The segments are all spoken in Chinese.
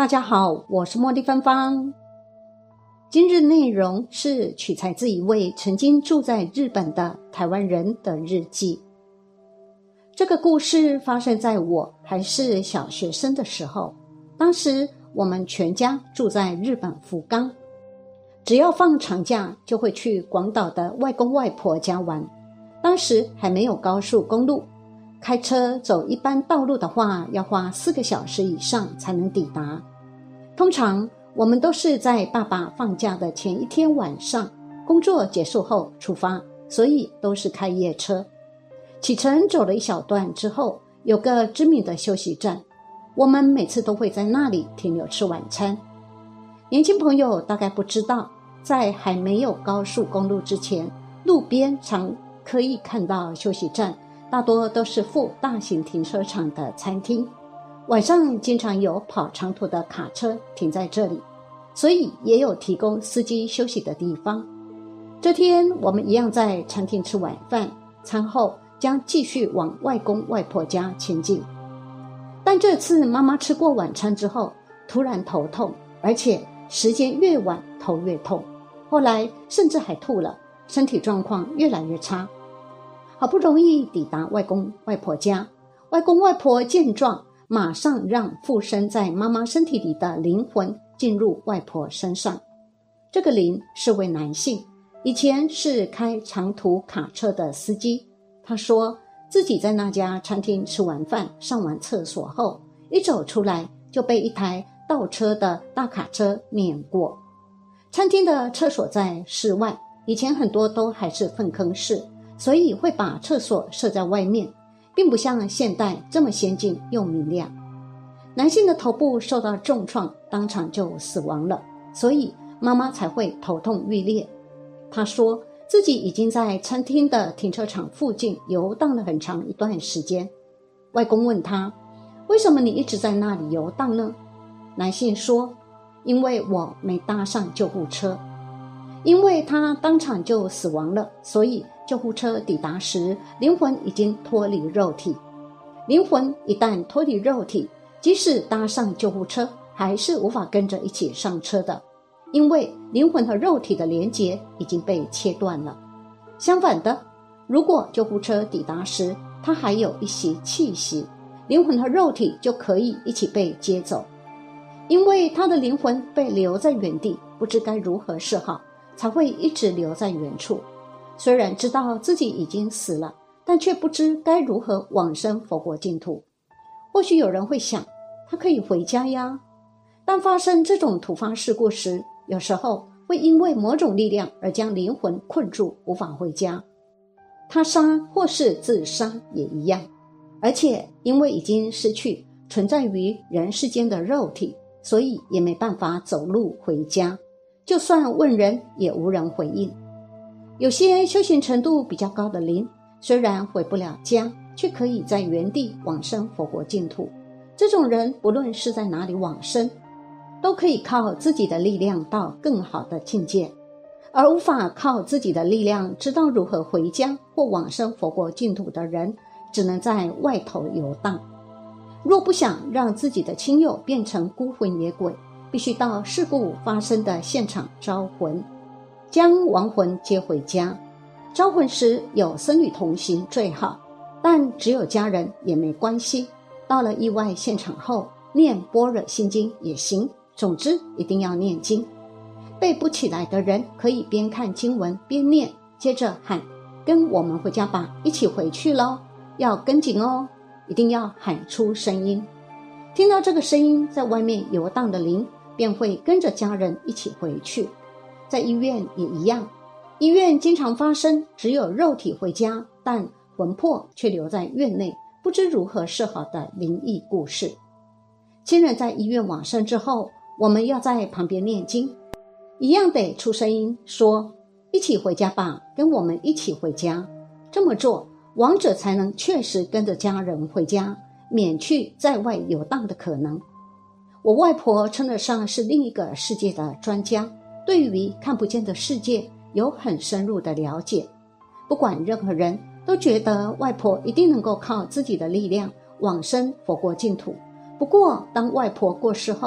大家好，我是茉莉芬芳。今日内容是取材自一位曾经住在日本的台湾人的日记。这个故事发生在我还是小学生的时候，当时我们全家住在日本福冈，只要放长假就会去广岛的外公外婆家玩。当时还没有高速公路，开车走一般道路的话要花4个小时以上才能抵达。通常我们都是在爸爸放假的前一天晚上工作结束后出发，所以都是开夜车。启程走了一小段之后，有个知名的休息站，我们每次都会在那里停留吃晚餐。年轻朋友大概不知道，在还没有高速公路之前，路边常可以看到休息站，大多都是附大型停车场的餐厅，晚上经常有跑长途的卡车停在这里，所以也有提供司机休息的地方。这天我们一样在餐厅吃晚饭，餐后将继续往外公外婆家前进。但这次妈妈吃过晚餐之后突然头痛，而且时间越晚头越痛，后来甚至还吐了，身体状况越来越差。好不容易抵达外公外婆家，外公外婆见状马上让附身在妈妈身体里的灵魂进入外婆身上。这个灵是位男性，以前是开长途卡车的司机。他说自己在那家餐厅吃完饭上完厕所后，一走出来就被一台倒车的大卡车碾过。餐厅的厕所在室外，以前很多都还是粪坑式，所以会把厕所设在外面，并不像现代这么先进又明亮。男性的头部受到重创，当场就死亡了，所以妈妈才会头痛欲裂。他说自己已经在餐厅的停车场附近游荡了很长一段时间。外公问他，为什么你一直在那里游荡呢？男性说，因为我没搭上救护车。因为他当场就死亡了，所以救护车抵达时，灵魂已经脱离肉体。灵魂一旦脱离肉体，即使搭上救护车，还是无法跟着一起上车的，因为灵魂和肉体的连结已经被切断了。相反的，如果救护车抵达时，它还有一些气息，灵魂和肉体就可以一起被接走。因为他的灵魂被留在原地，不知该如何是好，才会一直留在原处。虽然知道自己已经死了，但却不知该如何往生佛国净土。或许有人会想，他可以回家呀。当发生这种突发事故时，有时候会因为某种力量而将灵魂困住，无法回家。他杀或是自杀也一样，而且因为已经失去存在于人世间的肉体，所以也没办法走路回家，就算问人也无人回应。有些修行程度比较高的灵，虽然回不了家，却可以在原地往生佛国净土。这种人不论是在哪里往生，都可以靠自己的力量到更好的境界，而无法靠自己的力量知道如何回家或往生佛国净土的人，只能在外头游荡。若不想让自己的亲友变成孤魂野鬼，必须到事故发生的现场招魂，将亡魂接回家。招魂时有僧侣同行最好，但只有家人也没关系。到了意外现场后，念般若心经也行，总之一定要念经。背不起来的人可以边看经文边念，接着喊跟我们回家吧，一起回去咯，要跟紧哦，一定要喊出声音。听到这个声音，在外面游荡的灵便会跟着家人一起回去。在医院也一样，医院经常发生只有肉体回家，但魂魄却留在院内，不知如何是好的灵异故事。亲人在医院往生之后，我们要在旁边念经，一样得出声音说一起回家吧，跟我们一起回家。这么做，亡者才能确实跟着家人回家，免去在外游荡的可能。我外婆称得上是另一个世界的专家，对于看不见的世界有很深入的了解。不管任何人都觉得外婆一定能够靠自己的力量往生佛国净土。不过当外婆过世后，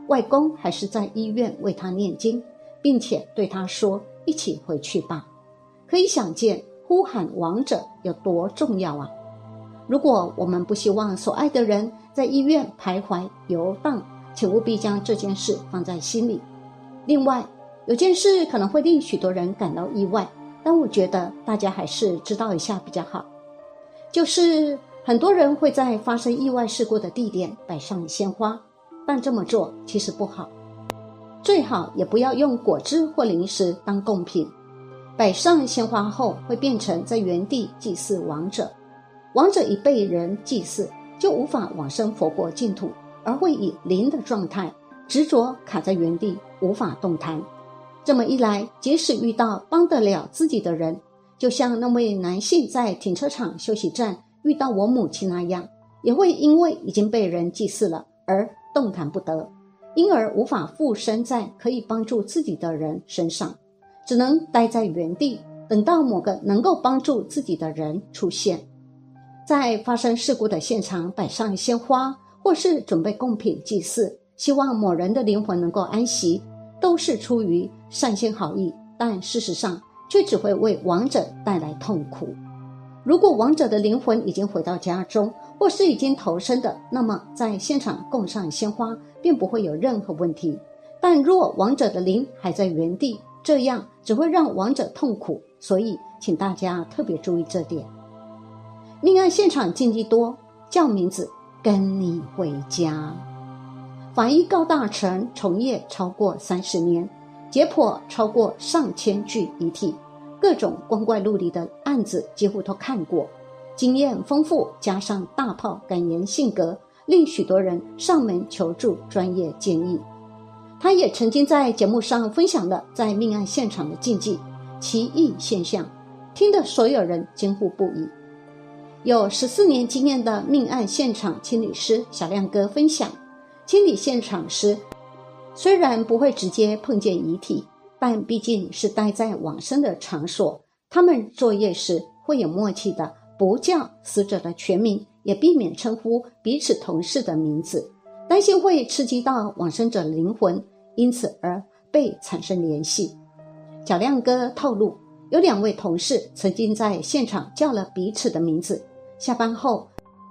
外公还是在医院为他念经，并且对他说一起回去吧。可以想见呼喊亡者有多重要啊！如果我们不希望所爱的人在医院徘徊游荡，请务必将这件事放在心里。另外，有件事可能会令许多人感到意外，但我觉得大家还是知道一下比较好。就是很多人会在发生意外事故的地点摆上鲜花，但这么做其实不好。最好也不要用果汁或零食当贡品。摆上鲜花后会变成在原地祭祀亡者，亡者一被人祭祀，就无法往生佛国净土，而会以灵的状态执着卡在原地，无法动弹。这么一来，即使遇到帮得了自己的人，就像那位男性在停车场休息站遇到我母亲那样，也会因为已经被人祭祀了而动弹不得，因而无法附身在可以帮助自己的人身上，只能待在原地，等到某个能够帮助自己的人出现。在发生事故的现场摆上鲜花，或是准备贡品祭祀，希望某人的灵魂能够安息，都是出于善心好意，但事实上却只会为亡者带来痛苦。如果亡者的灵魂已经回到家中，或是已经投生的，那么在现场供上鲜花并不会有任何问题。但若亡者的灵还在原地，这样只会让亡者痛苦，所以请大家特别注意这点。命案现场禁忌多，叫名字跟你回家。法医高大成从业超过30年，解剖超过上千具遗体，各种光怪陆离的案子几乎都看过，经验丰富，加上大炮敢言性格，令许多人上门求助专业建议。他也曾经在节目上分享了在命案现场的禁忌、奇异现象，听得所有人惊呼不已。有14年经验的命案现场清理师小亮哥分享，清理现场时虽然不会直接碰见遗体，但毕竟是待在往生的场所，他们作业时会有默契的不叫死者的全名，也避免称呼彼此同事的名字，担心会刺激到往生者灵魂，因此而被产生联系。小亮哥透露，有2位同事曾经在现场叫了彼此的名字，下班后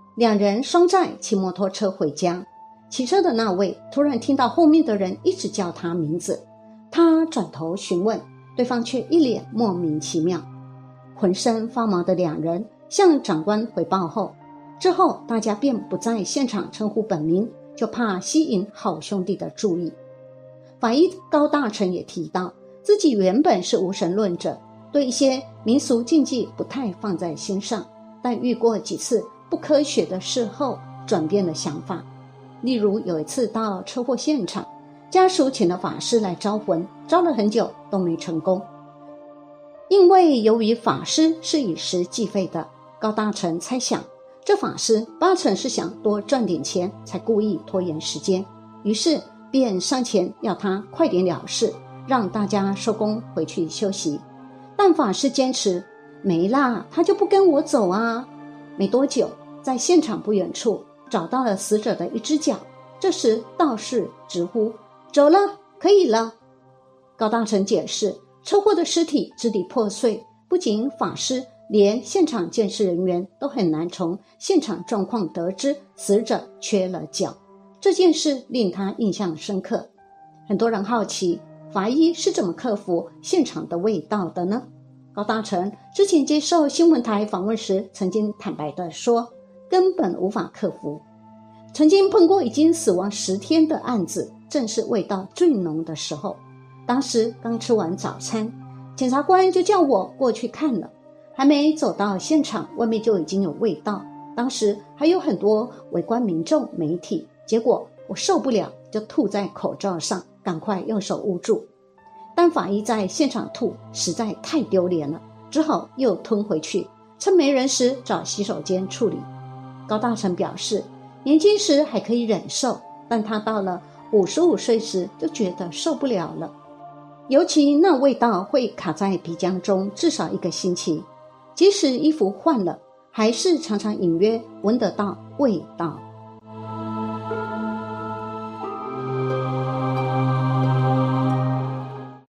2人双载骑摩托车回家，骑车的那位突然听到后面的人一直叫他名字，他转头询问，对方却一脸莫名其妙。浑身发毛的2人向长官回报后，之后大家便不在现场称呼本名，就怕吸引好兄弟的注意。法医高大成也提到，自己原本是无神论者，对一些民俗禁忌不太放在心上，但遇过几次不科学的事后转变了想法。例如有一次到车祸现场，家属请了法师来招魂，招了很久都没成功。因为由于法师是以时计费的，高大成猜想这法师8成是想多赚点钱，才故意拖延时间，于是便上前要他快点了事，让大家收工回去休息。但法师坚持，没啦，他就不跟我走啊。没多久，在现场不远处找到了死者的一只脚，这时道士直呼，走了，可以了。高大成解释，车祸的尸体支离破碎，不仅法师，连现场监视人员都很难从现场状况得知死者缺了脚，这件事令他印象深刻。很多人好奇法医是怎么克服现场的味道的呢？高大成之前接受新闻台访问时曾经坦白地说，根本无法克服。曾经碰过已经死亡10天的案子，正是味道最浓的时候。当时刚吃完早餐，检察官就叫我过去看了，还没走到现场，外面就已经有味道。当时还有很多围观民众、媒体，结果我受不了，就吐在口罩上，赶快用手捂住。但法医在现场吐实在太丢脸了，只好又吞回去，趁没人时找洗手间处理。高大成表示，年轻时还可以忍受，但他到了55岁时就觉得受不了了，尤其那味道会卡在鼻腔中至少1个星期，即使衣服换了，还是常常隐约闻得到味道。